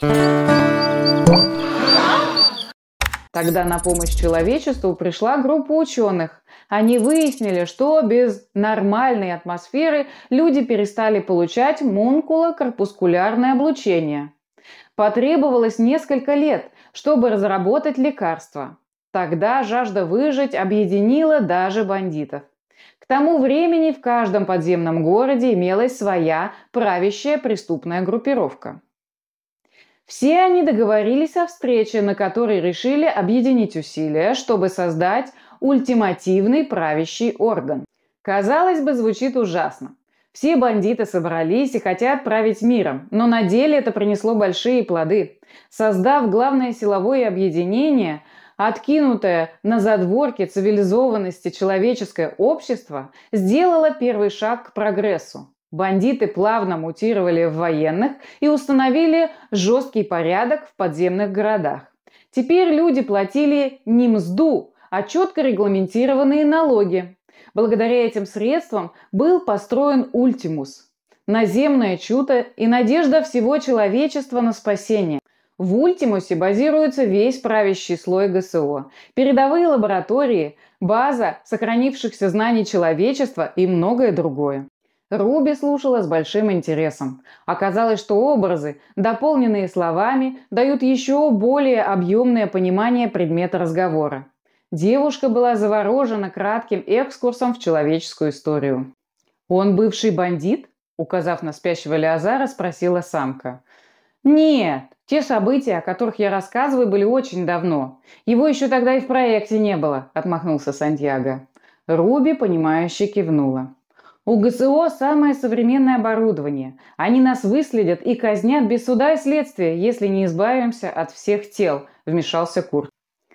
Тогда на помощь человечеству пришла группа ученых. Они выяснили, что без нормальной атмосферы люди перестали получать мункулокорпускулярное облучение. Потребовалось несколько лет, чтобы разработать лекарство. Тогда жажда выжить объединила даже бандитов. К тому времени в каждом подземном городе имелась своя правящая преступная группировка. Все они договорились о встрече, на которой решили объединить усилия, чтобы создать ультимативный правящий орган. Казалось бы, звучит ужасно. Все бандиты собрались и хотят править миром, но на деле это принесло большие плоды. Создав главное силовое объединение, откинутое на задворки цивилизованности человеческое общество сделало первый шаг к прогрессу. Бандиты плавно мутировали в военных и установили жесткий порядок в подземных городах. Теперь люди платили не мзду, а четко регламентированные налоги. Благодаря этим средствам был построен Ультимус – наземное чудо и надежда всего человечества на спасение. В Ультимусе базируется весь правящий слой ГСО, передовые лаборатории, база сохранившихся знаний человечества и многое другое. Руби слушала с большим интересом. Оказалось, что образы, дополненные словами, дают еще более объемное понимание предмета разговора. Девушка была заворожена кратким экскурсом в человеческую историю. «Он бывший бандит?» – указав на спящего Леозара, спросила самка. «Нет, те события, о которых я рассказываю, были очень давно. Его еще тогда и в проекте не было», – отмахнулся Сантьяго. Руби, понимающе кивнула. «У ГСО самое современное оборудование. Они нас выследят и казнят без суда и следствия, если не избавимся от всех тел», – вмешался Курт.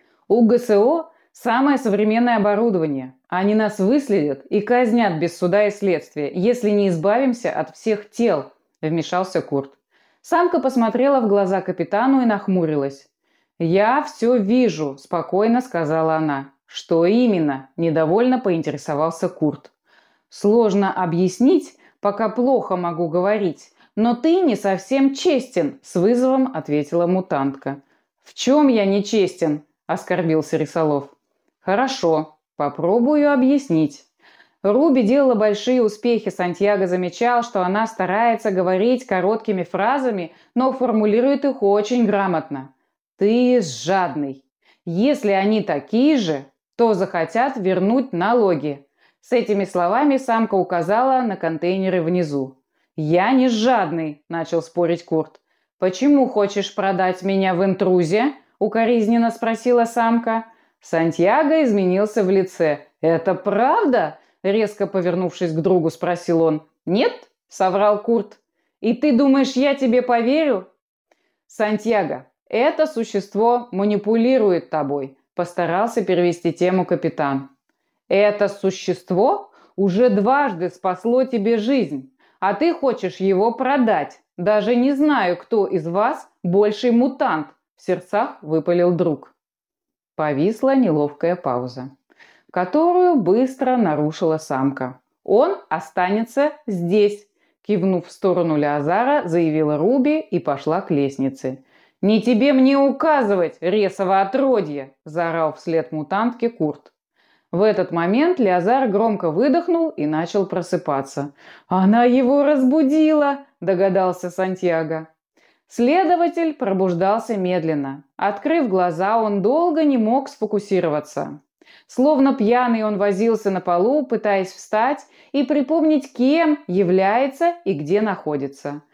«У ГСО самое современное оборудование. Они нас выследят и казнят без суда и следствия, если не избавимся от всех тел», – вмешался Курт. Самка посмотрела в глаза капитану и нахмурилась. «Я все вижу», – спокойно сказала она. «Что именно?» – недовольно поинтересовался Курт. «Сложно объяснить, пока плохо могу говорить, но ты не совсем честен», – с вызовом ответила мутантка. «В чем я не честен?» – оскорбился Рисолов. «Хорошо, попробую объяснить». Руби делала большие успехи. Сантьяго замечал, что она старается говорить короткими фразами, но формулирует их очень грамотно. «Ты жадный. Если они такие же, то захотят вернуть налоги». С этими словами самка указала на контейнеры внизу. «Я не жадный», – начал спорить Курт. «Почему хочешь продать меня в интрузе?» – укоризненно спросила самка. Сантьяго изменился в лице. «Это правда?» – резко повернувшись к другу, спросил он. «Нет?» – соврал Курт. «И ты думаешь, я тебе поверю?» «Сантьяго, это существо манипулирует тобой», – постарался перевести тему капитан. «Это существо уже дважды спасло тебе жизнь, а ты хочешь его продать. Даже не знаю, кто из вас больший мутант», – в сердцах выпалил друг. Повисла неловкая пауза, которую быстро нарушила самка. «Он останется здесь», – кивнув в сторону Леозара, заявила Руби и пошла к лестнице. «Не тебе мне указывать, ресово отродье!» – заорал вслед мутантке Курт. В этот момент Леозар громко выдохнул и начал просыпаться. «Она его разбудила!» – догадался Сантьяго. Следователь пробуждался медленно. Открыв глаза, он долго не мог сфокусироваться. Словно пьяный он возился на полу, пытаясь встать и припомнить, кем является и где находится.